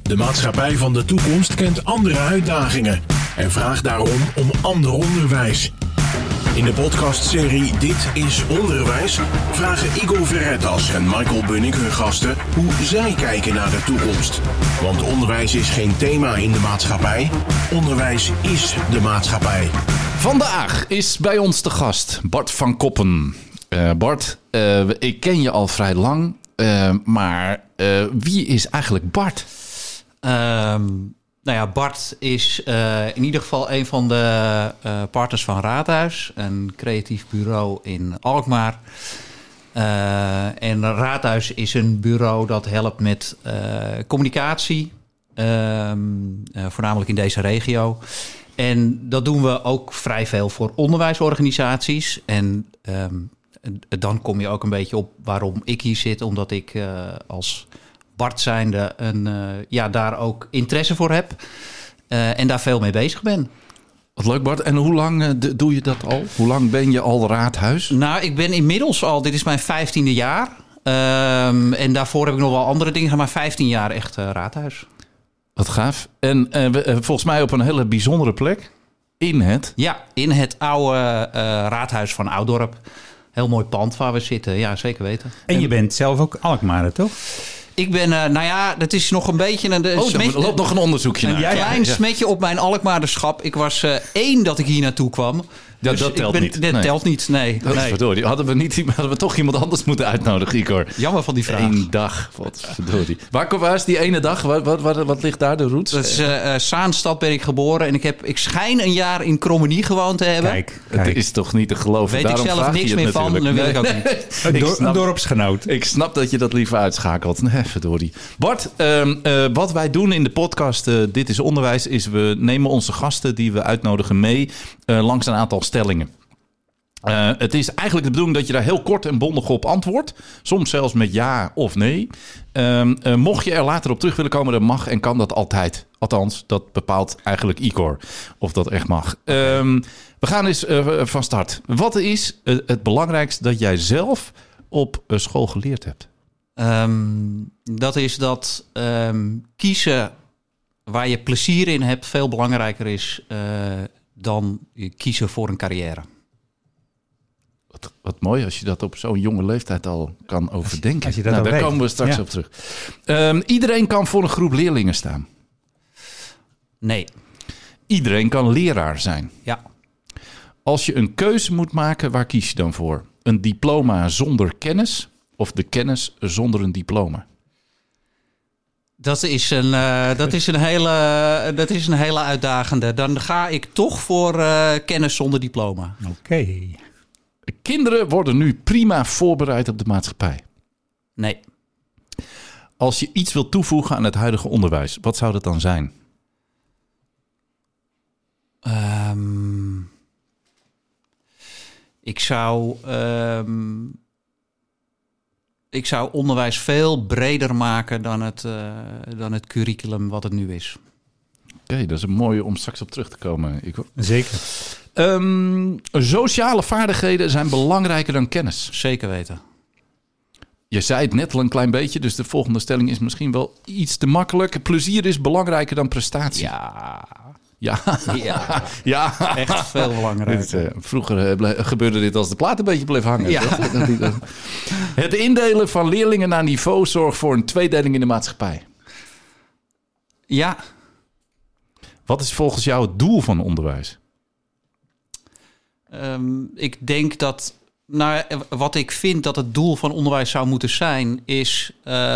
De maatschappij van de toekomst kent andere uitdagingen en vraagt daarom om ander onderwijs. In de podcastserie Dit is Onderwijs vragen Igor Verretas en Michael Bunnik hun gasten hoe zij kijken naar de toekomst. Want onderwijs is geen thema in de maatschappij. Onderwijs is de maatschappij. Vandaag is bij ons de gast Bart van Koppen. Bart, ik ken je al vrij lang, maar wie is eigenlijk Bart? Bart is in ieder geval een van de partners van Raadhuis, een creatief bureau in Alkmaar. En Raadhuis is een bureau dat helpt met communicatie, voornamelijk in deze regio. En dat doen we ook vrij veel voor onderwijsorganisaties. En dan kom je ook een beetje op waarom ik hier zit, omdat ik als Bart zijnde daar ook interesse voor heb en daar veel mee bezig ben. Wat leuk, Bart. En hoe lang doe je dat al? Hoe lang ben je al Raadhuis? Nou, ik ben inmiddels al, dit is mijn 15e jaar. En daarvoor heb ik nog wel andere dingen, maar 15 jaar echt Raadhuis. Wat gaaf. En volgens mij op een hele bijzondere plek. In het oude raadhuis van Oudorp. Heel mooi pand waar we zitten, ja, zeker weten. En je bent zelf ook Alkmaar, toch? Ik ben, dat is nog een beetje... Er loopt nog een onderzoekje naar. Een klein smetje op mijn Alkmaarderschap. Ik was 1 dat ik hier naartoe kwam. Ja, dus dat telt niet. Dat telt niet, nee. Verdorie. Hadden we toch iemand anders moeten uitnodigen, Igor? Jammer van die vraag. 1 dag, wat verdorie. Waar is die ene dag? Wat ligt daar, de roots? Dat is Zaanstad ben ik geboren. En ik schijn een jaar in Krommenie gewoond te hebben. Kijk. Het is toch niet te geloven. Weet daarom ik zelf niks meer van. Dat wil ik ook niet. Een dorpsgenoot. Ik snap dat je dat liever uitschakelt. Nee, verdorie. Bart, wat wij doen in de podcast Dit is Onderwijs is we nemen onze gasten die we uitnodigen mee langs een aantal stellingen. Het is eigenlijk de bedoeling dat je daar heel kort en bondig op antwoordt. Soms zelfs met ja of nee. Mocht je er later op terug willen komen, dan mag en kan dat altijd. Althans, dat bepaalt eigenlijk Igor of dat echt mag. We gaan eens van start. Wat is het belangrijkste dat jij zelf op school geleerd hebt? Dat is dat kiezen waar je plezier in hebt veel belangrijker is dan kiezen voor een carrière. Wat mooi als je dat op zo'n jonge leeftijd al kan overdenken. Als je dat daar weet. komen we straks op terug. Iedereen kan voor een groep leerlingen staan. Nee. Iedereen kan leraar zijn. Ja. Als je een keuze moet maken, waar kies je dan voor? Een diploma zonder kennis of de kennis zonder een diploma? Dat is een hele uitdagende. Dan ga ik toch voor kennis zonder diploma. Oké. Kinderen worden nu prima voorbereid op de maatschappij. Nee. Als je iets wilt toevoegen aan het huidige onderwijs, wat zou dat dan zijn? Ik zou onderwijs veel breder maken dan het curriculum wat het nu is. Oké, dat is een mooie om straks op terug te komen, Igor. Zeker. Sociale vaardigheden zijn belangrijker dan kennis. Zeker weten. Je zei het net al een klein beetje, dus de volgende stelling is misschien wel iets te makkelijk. Plezier is belangrijker dan prestatie. Ja. Echt veel belangrijker. Vroeger gebeurde dit als de plaat een beetje bleef hangen. Ja. Het indelen van leerlingen naar niveau zorgt voor een tweedeling in de maatschappij. Ja. Wat is volgens jou het doel van onderwijs? Ik denk dat... wat ik vind dat het doel van onderwijs zou moeten zijn, is...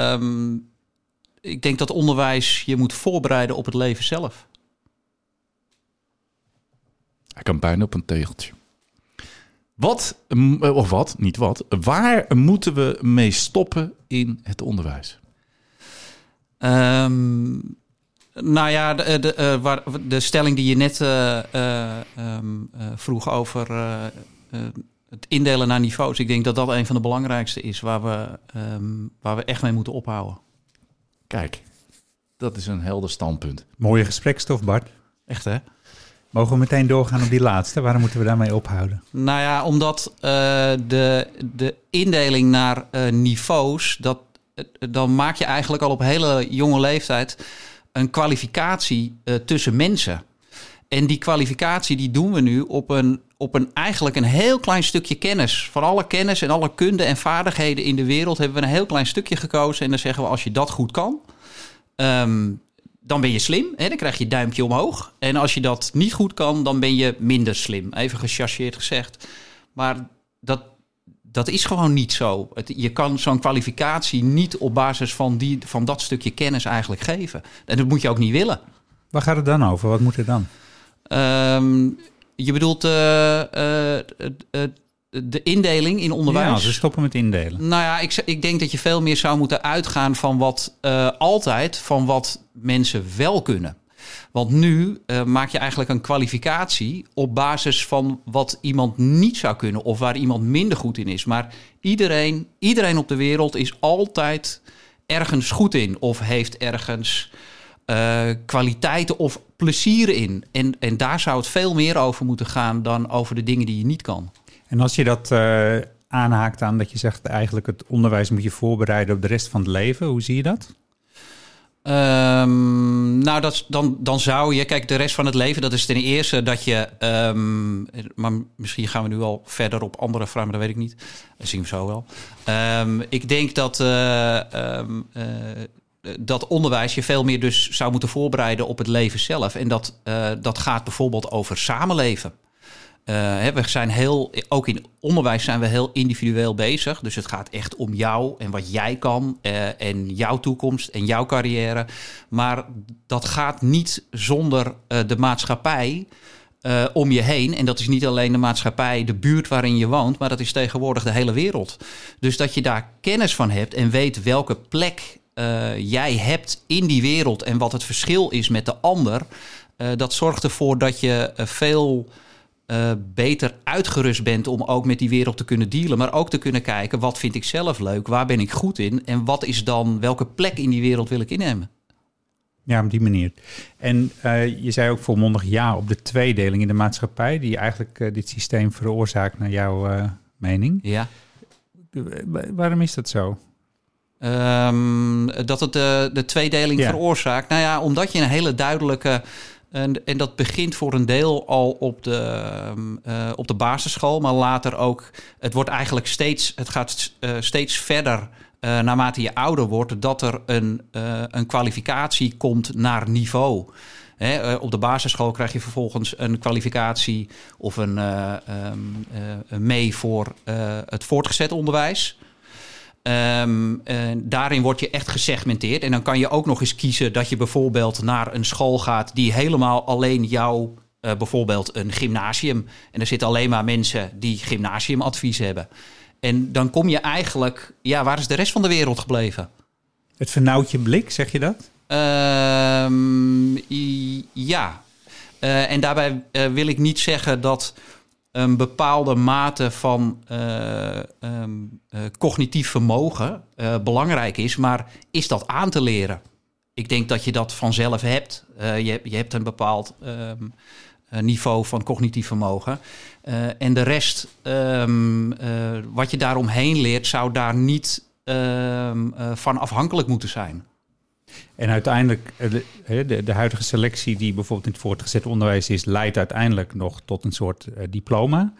ik denk dat onderwijs je moet voorbereiden op het leven zelf. Hij kan bijna op een tegeltje. Waar moeten we mee stoppen in het onderwijs? De stelling die je net vroeg over het indelen naar niveaus. Ik denk dat dat een van de belangrijkste is waar we echt mee moeten ophouden. Kijk, dat is een helder standpunt. Mooie gesprekstof, Bart. Echt, hè? Mogen we meteen doorgaan op die laatste? Waarom moeten we daarmee ophouden? Nou ja, omdat de indeling naar niveaus... dan maak je eigenlijk al op hele jonge leeftijd... een kwalificatie tussen mensen. En die kwalificatie die doen we nu op een eigenlijk een heel klein stukje kennis. Van alle kennis en alle kunde en vaardigheden in de wereld hebben we een heel klein stukje gekozen. En dan zeggen we, als je dat goed kan, dan ben je slim. Hè? Dan krijg je duimpje omhoog. En als je dat niet goed kan, dan ben je minder slim. Even gechargeerd gezegd. Maar dat is gewoon niet zo. Je kan zo'n kwalificatie niet op basis van dat stukje kennis eigenlijk geven. En dat moet je ook niet willen. Waar gaat het dan over? Wat moet er dan? Je bedoelt de indeling in onderwijs? Ja, ze stoppen met indelen. Nou ja, ik denk dat je veel meer zou moeten uitgaan van wat mensen wel kunnen. Want nu maak je eigenlijk een kwalificatie op basis van wat iemand niet zou kunnen of waar iemand minder goed in is. Maar iedereen op de wereld is altijd ergens goed in of heeft ergens kwaliteiten of plezier in. En daar zou het veel meer over moeten gaan dan over de dingen die je niet kan. En als je dat aanhaakt aan dat je zegt eigenlijk het onderwijs moet je voorbereiden op de rest van het leven, hoe zie je dat? Dan zou je... Kijk, de rest van het leven, dat is ten eerste dat je... maar misschien gaan we nu al verder op andere vragen, maar dat weet ik niet. Dat zien we zo wel. Ik denk dat onderwijs je veel meer dus zou moeten voorbereiden op het leven zelf. En dat gaat bijvoorbeeld over samenleven. We zijn ook in onderwijs zijn we heel individueel bezig. Dus het gaat echt om jou en wat jij kan en jouw toekomst en jouw carrière. Maar dat gaat niet zonder de maatschappij om je heen. En dat is niet alleen de maatschappij, de buurt waarin je woont, maar dat is tegenwoordig de hele wereld. Dus dat je daar kennis van hebt en weet welke plek jij hebt in die wereld en wat het verschil is met de ander. Dat zorgt ervoor dat je veel beter uitgerust bent om ook met die wereld te kunnen dealen. Maar ook te kunnen kijken, wat vind ik zelf leuk? Waar ben ik goed in? En wat is dan, welke plek in die wereld wil ik innemen? Ja, op die manier. En je zei ook volmondig ja op de tweedeling in de maatschappij, die eigenlijk dit systeem veroorzaakt naar jouw mening. Ja. Waarom is dat zo? Dat het de tweedeling veroorzaakt? Nou ja, omdat je een hele duidelijke... En dat begint voor een deel al op de basisschool, maar later ook... Het gaat steeds verder naarmate je ouder wordt, dat er een kwalificatie komt naar niveau. Op de basisschool krijg je vervolgens een kwalificatie of mee voor het voortgezet onderwijs. Daarin word je echt gesegmenteerd. En dan kan je ook nog eens kiezen dat je bijvoorbeeld naar een school gaat die helemaal alleen jou, bijvoorbeeld een gymnasium. En er zitten alleen maar mensen die gymnasiumadvies hebben. En dan kom je eigenlijk, waar is de rest van de wereld gebleven? Het vernauwt je blik, zeg je dat? Ja. En daarbij wil ik niet zeggen dat een bepaalde mate van cognitief vermogen belangrijk is, maar is dat aan te leren? Ik denk dat je dat vanzelf hebt. Je hebt een bepaald niveau van cognitief vermogen. En de rest, wat je daaromheen leert, zou daar niet van afhankelijk moeten zijn. En uiteindelijk, de huidige selectie die bijvoorbeeld in het voortgezet onderwijs is, leidt uiteindelijk nog tot een soort diploma.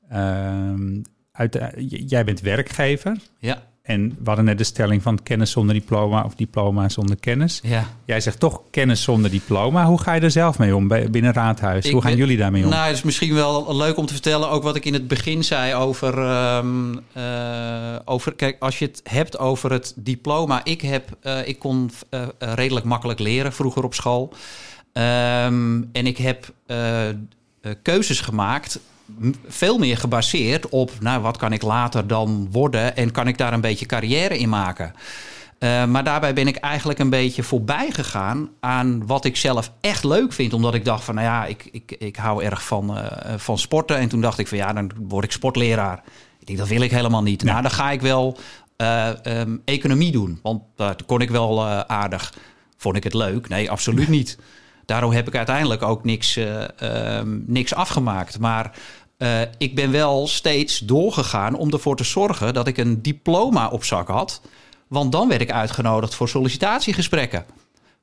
Jij bent werkgever. Ja. En we hadden net de stelling van kennis zonder diploma of diploma zonder kennis. Ja. Jij zegt toch kennis zonder diploma. Hoe ga je er zelf mee om binnen Raadhuis? Hoe gaan jullie daarmee om? Nou, het is misschien wel leuk om te vertellen, ook wat ik in het begin zei over kijk, als je het hebt over het diploma. Ik kon redelijk makkelijk leren vroeger op school. En ik heb keuzes gemaakt, veel meer gebaseerd op, wat kan ik later dan worden en kan ik daar een beetje carrière in maken. Maar daarbij ben ik eigenlijk een beetje voorbij gegaan aan wat ik zelf echt leuk vind. Omdat ik dacht van, ik hou erg van sporten. En toen dacht ik van, dan word ik sportleraar. Ik denk, dat wil ik helemaal niet. Nou, dan ga ik wel economie doen. Want dat kon ik wel aardig. Vond ik het leuk? Nee, absoluut niet. Daarom heb ik uiteindelijk ook niks afgemaakt. Maar ik ben wel steeds doorgegaan om ervoor te zorgen dat ik een diploma op zak had. Want dan werd ik uitgenodigd voor sollicitatiegesprekken.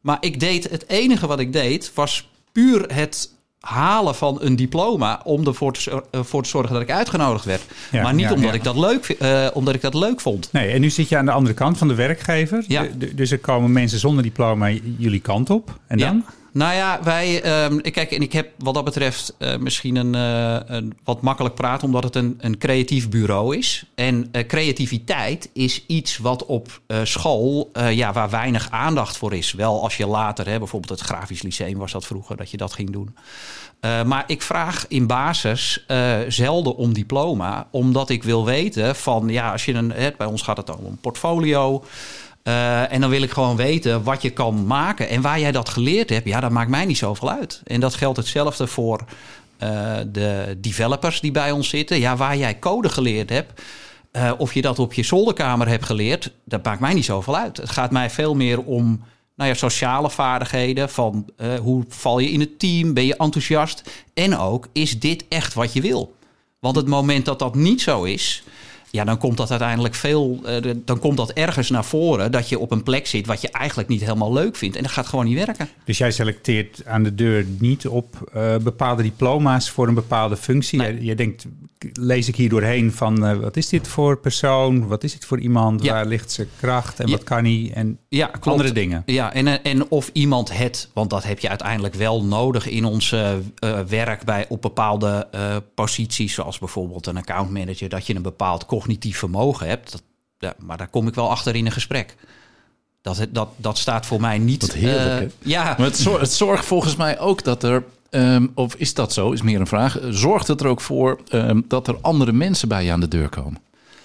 Maar het enige wat ik deed was puur het halen van een diploma om ervoor te zorgen dat ik uitgenodigd werd. Ja, maar niet omdat ik dat leuk vond. Nee, en nu zit je aan de andere kant van de werkgever. Ja. Dus er komen mensen zonder diploma jullie kant op. En dan? Ja. Nou ja, kijk, en ik heb wat dat betreft misschien een wat makkelijk praten, omdat het een creatief bureau is. En creativiteit is iets wat op school, waar weinig aandacht voor is. Wel als je later, bijvoorbeeld het Grafisch Lyceum was dat vroeger, dat je dat ging doen. Maar ik vraag in basis zelden om diploma, omdat ik wil weten van, als je bij ons gaat het dan om een portfolio. En dan wil ik gewoon weten wat je kan maken. En waar jij dat geleerd hebt, dat maakt mij niet zoveel uit. En dat geldt hetzelfde voor de developers die bij ons zitten. Ja, waar jij code geleerd hebt, of je dat op je zolderkamer hebt geleerd, dat maakt mij niet zoveel uit. Het gaat mij veel meer om sociale vaardigheden. Van hoe val je in het team? Ben je enthousiast? En ook, is dit echt wat je wil? Want het moment dat dat niet zo is, dan komt dat uiteindelijk dan komt dat ergens naar voren dat je op een plek zit wat je eigenlijk niet helemaal leuk vindt. En dat gaat gewoon niet werken. Dus jij selecteert aan de deur niet op bepaalde diploma's voor een bepaalde functie. Nee. Je denkt, lees ik hier doorheen van wat is dit voor persoon? Wat is dit voor iemand? Ja. Waar ligt zijn kracht? En wat kan hij? En andere dingen. Ja, en of iemand want dat heb je uiteindelijk wel nodig in ons werk op bepaalde posities, zoals bijvoorbeeld een accountmanager, dat je een bepaald cognitief vermogen hebt. Maar daar kom ik wel achter in een gesprek. Dat staat voor mij niet. Wat heerlijk, ja. Maar het zorgt volgens mij ook dat er, of is dat zo, is meer een vraag. Zorgt het er ook voor dat er andere mensen bij je aan de deur komen?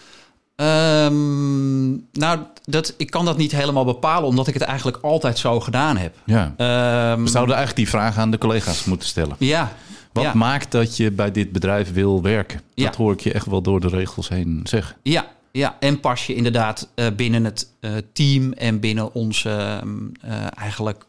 Ik kan dat niet helemaal bepalen, omdat ik het eigenlijk altijd zo gedaan heb. Ja. We zouden eigenlijk die vraag aan de collega's moeten stellen. Ja. Wat maakt dat je bij dit bedrijf wil werken? Dat hoor ik je echt wel door de regels heen zeggen. Ja, en pas je inderdaad binnen het team en binnen onze eigenlijk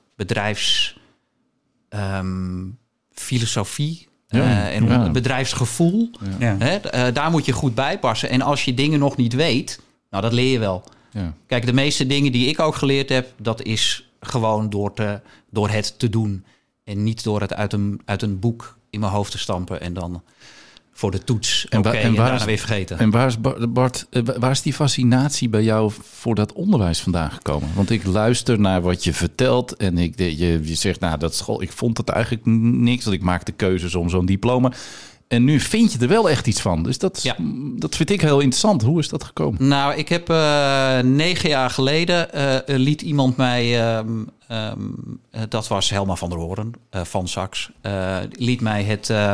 bedrijfsfilosofie en bedrijfsgevoel. Ja. Daar moet je goed bij passen. En als je dingen nog niet weet, dat leer je wel. Ja. Kijk, de meeste dingen die ik ook geleerd heb, dat is gewoon door het te doen. En niet door het uit een boek in mijn hoofd te stampen en dan voor de toets en daarna weer vergeten. En waar is die fascinatie bij jou voor dat onderwijs vandaan gekomen? Want ik luister naar wat je vertelt en je zegt, dat school, ik vond het eigenlijk niks, dat ik maakte keuzes om zo'n diploma. En nu vind je er wel echt iets van. Dus dat vind ik heel interessant. Hoe is dat gekomen? Nou, ik heb 9 jaar geleden liet iemand mij, dat was Helma van der Hoorn van Sax, liet mij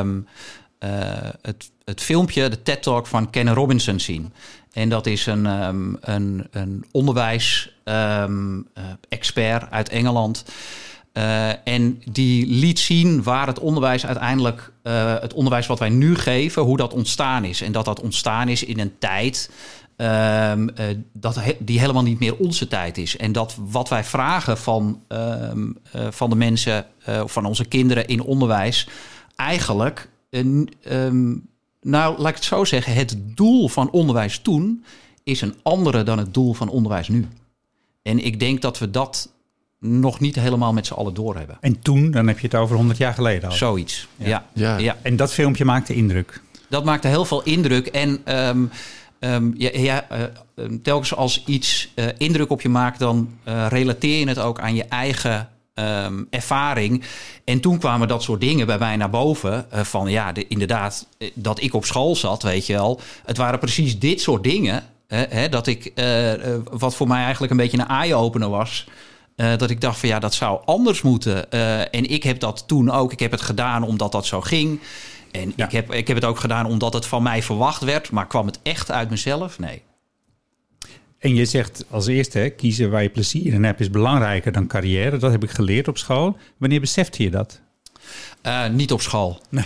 het filmpje, de TED-talk van Ken Robinson zien. En dat is een onderwijs-expert uit Engeland. En die liet zien waar het onderwijs uiteindelijk, het onderwijs wat wij nu geven, hoe dat ontstaan is. En dat ontstaan is in een tijd die helemaal niet meer onze tijd is. En dat wat wij vragen van de mensen, van onze kinderen in onderwijs, eigenlijk, laat ik het zo zeggen, het doel van onderwijs toen is een andere dan het doel van onderwijs nu. En ik denk dat we dat nog niet helemaal met z'n allen doorhebben. En toen, dan heb je het over 100 jaar geleden al. Zoiets, ja. En dat filmpje maakte indruk? Dat maakte heel veel indruk. En telkens als iets indruk op je maakt, dan relateer je het ook aan je eigen ervaring. En toen kwamen dat soort dingen bij mij naar boven. Inderdaad, dat ik op school zat, weet je wel. Het waren precies dit soort dingen. Dat ik, wat voor mij eigenlijk een beetje een eye-opener was. Dat ik dacht van dat zou anders moeten. En ik heb dat toen ook. Ik heb het gedaan omdat dat zo ging. En ik heb het ook gedaan omdat het van mij verwacht werd. Maar kwam het echt uit mezelf? Nee. En je zegt als eerste, kiezen waar je plezier in hebt is belangrijker dan carrière. Dat heb ik geleerd op school. Wanneer besefte je dat? Niet op school. Nee.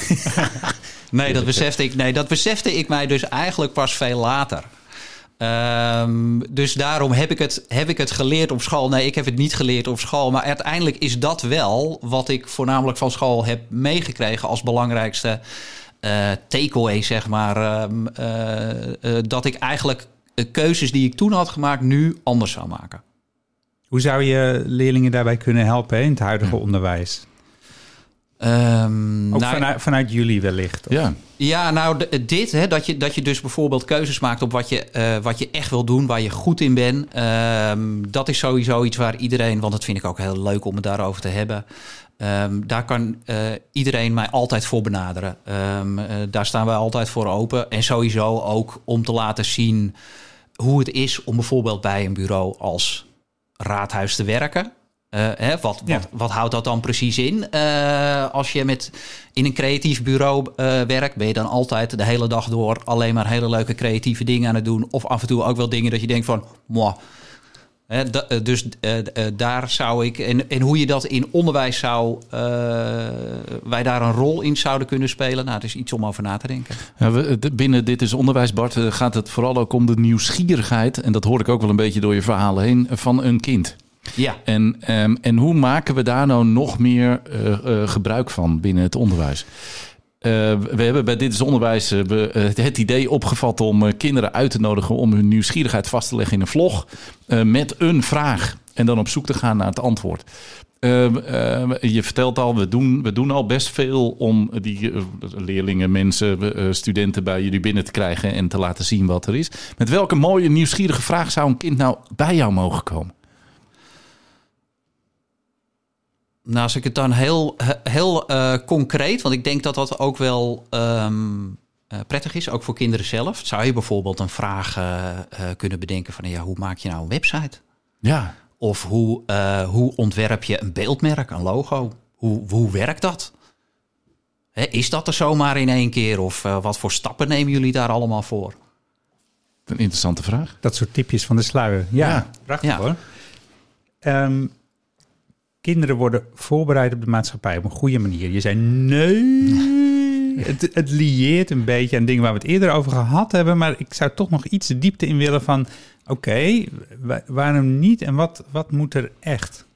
Dat besefte ik mij dus eigenlijk pas veel later. Dus daarom heb ik het geleerd op school. Nee, ik heb het niet geleerd op school. Maar uiteindelijk is dat wel wat ik voornamelijk van school heb meegekregen als belangrijkste takeaway, zeg maar. Dat ik eigenlijk keuzes die ik toen had gemaakt nu anders zou maken. Hoe zou je leerlingen daarbij kunnen helpen in het huidige onderwijs? Ook vanuit jullie wellicht. Of? Ja, nou dit, hè, dat je dus bijvoorbeeld keuzes maakt op wat je echt wil doen, waar je goed in bent. Dat is sowieso iets waar iedereen, want dat vind ik ook heel leuk om het daarover te hebben. Daar kan iedereen mij altijd voor benaderen. Daar staan wij altijd voor open. En sowieso ook om te laten zien hoe het is om bijvoorbeeld bij een bureau als Raadhuis te werken. Wat houdt dat dan precies in? Als je in een creatief bureau werkt, ben je dan altijd de hele dag door alleen maar hele leuke creatieve dingen aan het doen. Of af en toe ook wel dingen dat je denkt van, daar zou ik, en hoe je dat in onderwijs wij daar een rol in zouden kunnen spelen. Nou, het is iets om over na te denken. Ja, binnen Dit is Onderwijs, Bart, gaat het vooral ook om de nieuwsgierigheid. En dat hoor ik ook wel een beetje door je verhalen heen, van een kind. Ja. En hoe maken we daar nou nog meer gebruik van binnen het onderwijs? We hebben bij Dit is Onderwijs het idee opgevat om kinderen uit te nodigen om hun nieuwsgierigheid vast te leggen in een vlog met een vraag en dan op zoek te gaan naar het antwoord. Je vertelt al, we doen al best veel om die leerlingen, mensen, studenten bij jullie binnen te krijgen en te laten zien wat er is. Met welke mooie nieuwsgierige vraag zou een kind nou bij jou mogen komen? Nou, als ik het dan heel concreet, want ik denk dat dat ook wel prettig is, ook voor kinderen zelf. Zou je bijvoorbeeld een vraag kunnen bedenken van, hoe maak je nou een website? Ja. Of hoe ontwerp je een beeldmerk, een logo? Hoe werkt dat? Is dat er zomaar in één keer? Of wat voor stappen nemen jullie daar allemaal voor? Een interessante vraag. Dat soort tipjes van de sluier. Ja. Prachtig hoor. Kinderen worden voorbereid op de maatschappij op een goede manier. Je zei nee. Het lieert een beetje aan dingen waar we het eerder over gehad hebben. Maar ik zou toch nog iets de diepte in willen van, oké, waarom niet en wat moet er echt?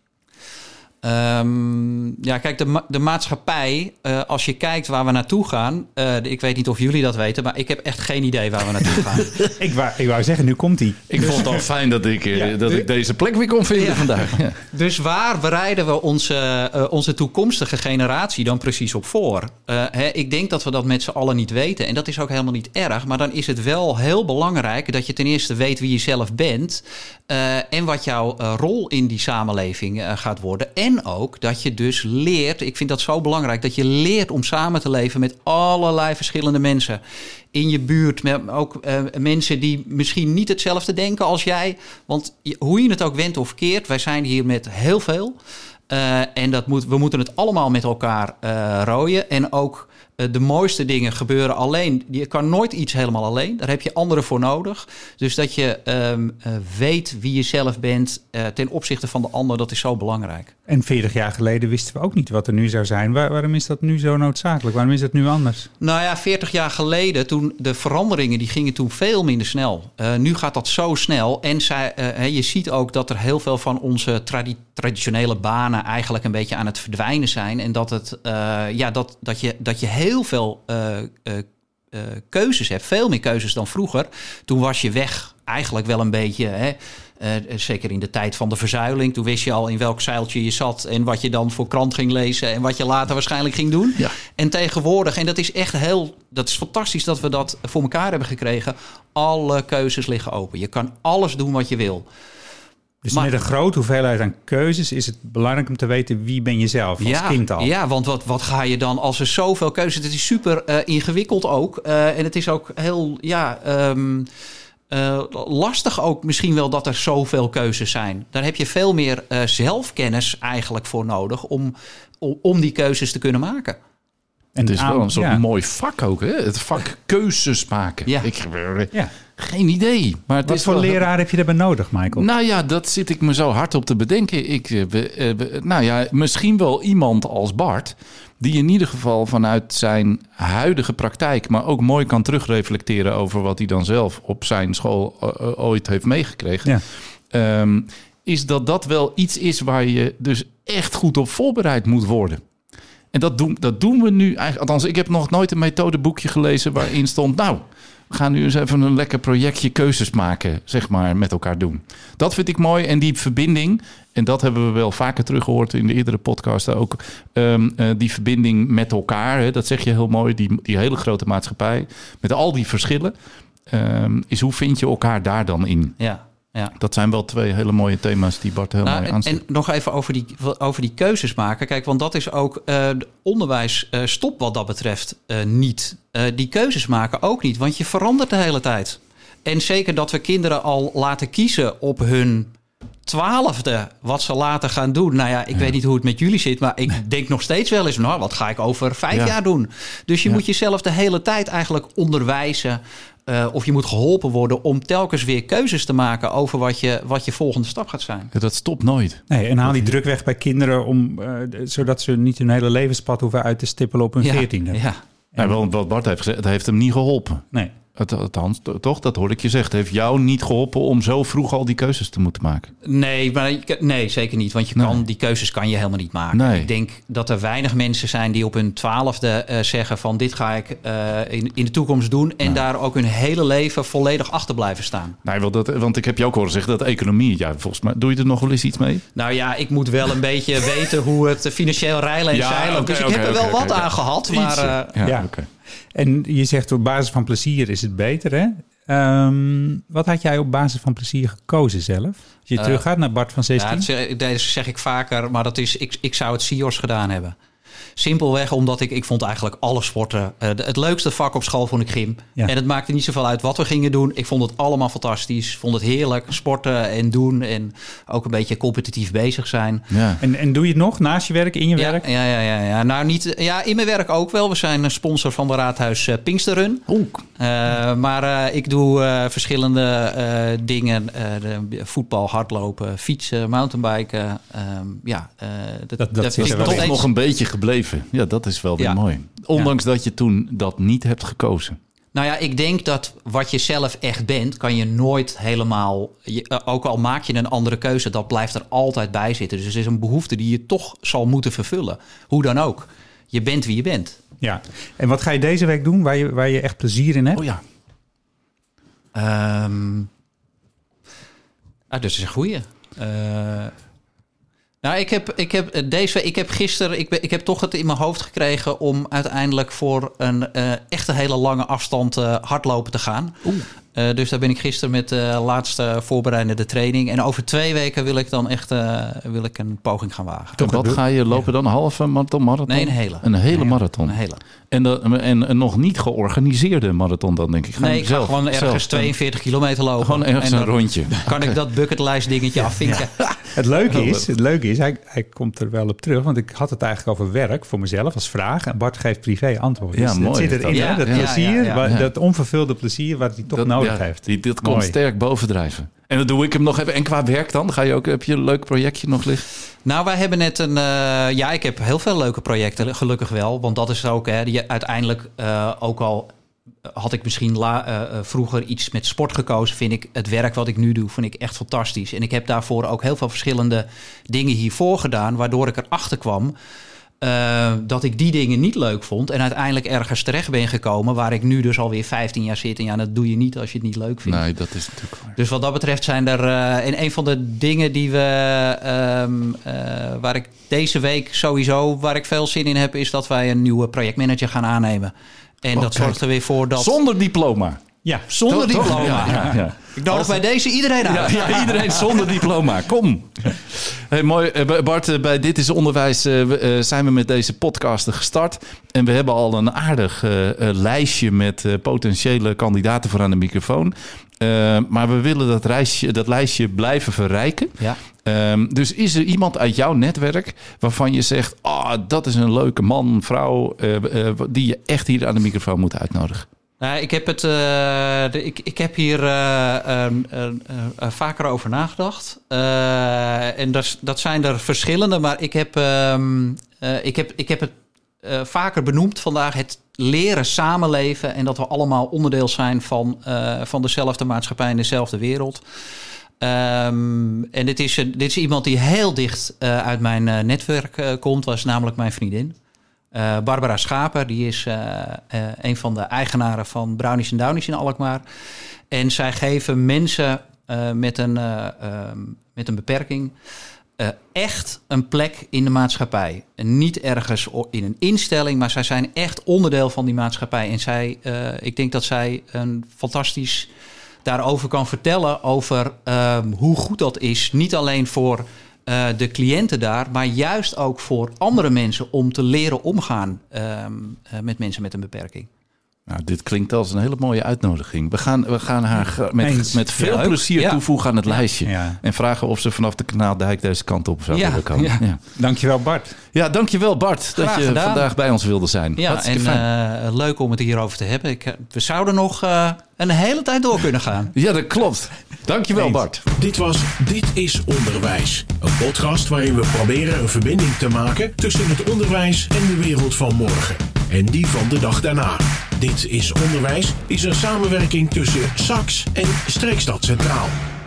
Kijk, de maatschappij, als je kijkt waar we naartoe gaan, ik weet niet of jullie dat weten, maar ik heb echt geen idee waar we naartoe gaan. ik wou zeggen, nu komt hij. Ik vond het al fijn dat ik deze plek weer kon vinden vandaag. Ja. Dus waar bereiden we onze toekomstige generatie dan precies op voor? Ik denk dat we dat met z'n allen niet weten. En dat is ook helemaal niet erg. Maar dan is het wel heel belangrijk dat je ten eerste weet wie je zelf bent. En wat jouw rol in die samenleving gaat worden. En ook dat je dus leert, ik vind dat zo belangrijk, dat je leert om samen te leven met allerlei verschillende mensen in je buurt. Met ook mensen die misschien niet hetzelfde denken als jij. Want hoe je het ook wendt of keert, wij zijn hier met heel veel. En we moeten het allemaal met elkaar rooien. En ook de mooiste dingen gebeuren alleen. Je kan nooit iets helemaal alleen. Daar heb je anderen voor nodig. Dus dat je weet wie je zelf bent ten opzichte van de ander, dat is zo belangrijk. En 40 jaar geleden wisten we ook niet wat er nu zou zijn. Waarom is dat nu zo noodzakelijk? Waarom is dat nu anders? Nou ja, 40 jaar geleden, toen de veranderingen, die gingen toen veel minder snel. Nu gaat dat zo snel. En je ziet ook dat er heel veel van onze traditionele banen eigenlijk een beetje aan het verdwijnen zijn. En dat je heel veel keuzes hebt. Veel meer keuzes dan vroeger. Toen was je weg eigenlijk wel een beetje, zeker in de tijd van de verzuiling. Toen wist je al in welk zeiltje je zat en wat je dan voor krant ging lezen en wat je later waarschijnlijk ging doen. Ja. En tegenwoordig, en dat is echt dat is fantastisch dat we dat voor elkaar hebben gekregen. Alle keuzes liggen open. Je kan alles doen wat je wil. Dus met een grote hoeveelheid aan keuzes is het belangrijk om te weten wie ben je zelf als kind al. Ja, want wat ga je dan als er zoveel keuzes... Het is super ingewikkeld ook. En het is ook heel lastig ook misschien wel dat er zoveel keuzes zijn. Daar heb je veel meer zelfkennis eigenlijk voor nodig om die keuzes te kunnen maken. En het is wel een soort mooi vak ook, hè? Het vak keuzes maken. Ja. Geen idee. Maar wat voor leraar heb je daarbij nodig, Michael? Nou ja, dat zit ik me zo hard op te bedenken. Misschien wel iemand als Bart, die in ieder geval vanuit zijn huidige praktijk, maar ook mooi kan terugreflecteren over wat hij dan zelf op zijn school ooit heeft meegekregen. Ja. Is dat wel iets is waar je dus echt goed op voorbereid moet worden. En dat doen we nu eigenlijk. Althans, ik heb nog nooit een methodeboekje gelezen waarin stond, We gaan nu eens even een lekker projectje keuzes maken, zeg maar, met elkaar doen. Dat vind ik mooi. En die verbinding, en dat hebben we wel vaker teruggehoord in de eerdere podcasten ook. Die verbinding met elkaar, hè, dat zeg je heel mooi. Die hele grote maatschappij, met al die verschillen. Is hoe vind je elkaar daar dan in? Ja. Dat zijn wel 2 hele mooie thema's die Bart heel mooi aanstipt. En nog even over die keuzes maken. Kijk, want dat is ook... onderwijs stopt wat dat betreft niet. Die keuzes maken ook niet, want je verandert de hele tijd. En zeker dat we kinderen al laten kiezen op hun 12e wat ze later gaan doen. Nou ja, ik weet niet hoe het met jullie zit, maar ik denk nog steeds wel eens... nou, wat ga ik over 5 jaar doen? Dus je moet jezelf de hele tijd eigenlijk onderwijzen... of je moet geholpen worden om telkens weer keuzes te maken... over wat je volgende stap gaat zijn. Ja, dat stopt nooit. Nee, en haal die druk weg bij kinderen... zodat ze niet hun hele levenspad hoeven uit te stippelen op hun 14e. Ja. Want wat Bart heeft gezegd, het heeft hem niet geholpen. Nee. Althans, toch? Dat hoorde ik je zeggen. Het heeft jou niet geholpen om zo vroeg al die keuzes te moeten maken. Nee, zeker niet. Want die keuzes kan je helemaal niet maken. Nee. Ik denk dat er weinig mensen zijn die op hun 12e zeggen van... dit ga ik in de toekomst doen. En daar ook hun hele leven volledig achter blijven staan. Nee, want ik heb je ook horen zeggen dat economie... Ja, volgens mij doe je er nog wel eens iets mee? Nou ja, ik moet wel een beetje weten hoe het financieel rijlen en zeilen. Dus ik heb er wel wat aan gehad. Maar, Okay. En je zegt op basis van plezier is het beter, hè? Wat had jij op basis van plezier gekozen zelf? Als je teruggaat naar Bart van 16? Ja, dat zeg ik vaker, maar dat is, ik zou het CIO's gedaan hebben. Simpelweg omdat ik vond eigenlijk alle sporten... het leukste vak op school vond ik gym. Ja. En het maakte niet zoveel uit wat we gingen doen. Ik vond het allemaal fantastisch. Vond het heerlijk, sporten en doen. En ook een beetje competitief bezig zijn. Ja. En doe je het nog naast je werk, in je werk? Ja. Nou, niet, in mijn werk ook wel. We zijn een sponsor van de Raadhuis Pinksterrun. Maar ik doe verschillende dingen. Voetbal, hardlopen, fietsen, mountainbiken. Dat is toch nog een beetje gebleven. Ja, dat is wel weer mooi. Ondanks dat je toen dat niet hebt gekozen. Nou ja, ik denk dat wat je zelf echt bent... kan je nooit helemaal... ook al maak je een andere keuze... dat blijft er altijd bij zitten. Dus het is een behoefte die je toch zal moeten vervullen. Hoe dan ook. Je bent wie je bent. Ja. En wat ga je deze week doen waar je echt plezier in hebt? Oh ja. Dat is een goeie. Nou, ik heb gisteren... Ik heb toch het in mijn hoofd gekregen... om uiteindelijk voor een echte hele lange afstand hardlopen te gaan. Dus daar ben ik gisteren met de laatste voorbereidende training. En over 2 weken wil ik dan echt een poging gaan wagen. En wat ga je lopen dan? Een halve marathon? Nee, een hele. Een hele marathon? Een hele. En een nog niet georganiseerde marathon dan, denk ik. Ik ga gewoon ergens 42 kilometer lopen. Gewoon ergens een rondje. Kan ik dat bucketlijst dingetje afvinken? Ja. Het leuke is, hij komt er wel op terug. Want ik had het eigenlijk over werk voor mezelf als vraag. En Bart geeft privé antwoord. Ja, dus mooi. Het zit erin, dat plezier, dat onvervulde plezier wat hij toch nodig heeft. Dat komt sterk bovendrijven. En dan doe ik hem nog even. En qua werk dan? Heb je een leuk projectje nog liggen? Nou, wij hebben net ik heb heel veel leuke projecten, gelukkig wel. Want dat is ook, uiteindelijk ook al had ik misschien vroeger iets met sport gekozen, vind ik het werk wat ik nu doe, vind ik echt fantastisch. En ik heb daarvoor ook heel veel verschillende dingen hiervoor gedaan, waardoor ik erachter kwam dat ik die dingen niet leuk vond. En uiteindelijk ergens terecht ben gekomen waar ik nu dus alweer 15 jaar zit. En ja, dat doe je niet als je het niet leuk vindt. Nee, dat is natuurlijk waar. Dus wat dat betreft zijn er... en een van de dingen die waar ik deze week sowieso, waar ik veel zin in heb, is dat wij een nieuwe projectmanager gaan aannemen. En dat zorgt er weer voor dat... Zonder diploma. Ja, zonder diploma. Ja. Ik nodig bij deze iedereen uit. Ja, iedereen zonder diploma. Kom. Hey, mooi. Bart, bij Dit is Onderwijs zijn we met deze podcasten gestart. En we hebben al een aardig lijstje met potentiële kandidaten voor aan de microfoon. Maar we willen dat lijstje blijven verrijken. Ja. Dus is er iemand uit jouw netwerk waarvan je zegt... dat is een leuke man, vrouw... die je echt hier aan de microfoon moet uitnodigen? Nou, ik heb hier vaker over nagedacht. En dat zijn er verschillende, maar ik heb het vaker benoemd vandaag. Het leren samenleven en dat we allemaal onderdeel zijn van dezelfde maatschappij en dezelfde wereld. En dit is iemand die heel dicht uit mijn netwerk komt. Dat is namelijk mijn vriendin. Barbara Schaper, die is een van de eigenaren van Brownies & Downies in Alkmaar. En zij geven mensen met een beperking echt een plek in de maatschappij. En niet ergens in een instelling, maar zij zijn echt onderdeel van die maatschappij. En ik denk dat zij een fantastisch daarover kan vertellen over hoe goed dat is. Niet alleen voor de cliënten daar, maar juist ook voor andere mensen om te leren omgaan met mensen met een beperking. Nou, dit klinkt als een hele mooie uitnodiging. We gaan haar met veel plezier toevoegen aan het lijstje. Ja. En vragen of ze vanaf de Kanaaldijk deze kant op zou willen komen. Ja. Ja. Dankjewel, Bart. Ja, dankjewel, Bart, Graag dat je gedaan. vandaag bij ons wilde zijn. Ja, hartstikke fijn. Leuk om het hierover te hebben. We zouden nog een hele tijd door kunnen gaan. Ja, dat klopt. Dankjewel, Bart. Dit was Dit is Onderwijs. Een podcast waarin we proberen een verbinding te maken tussen het onderwijs en de wereld van morgen. En die van de dag daarna. Dit is Onderwijs is een samenwerking tussen SAX en Streekstad Centraal.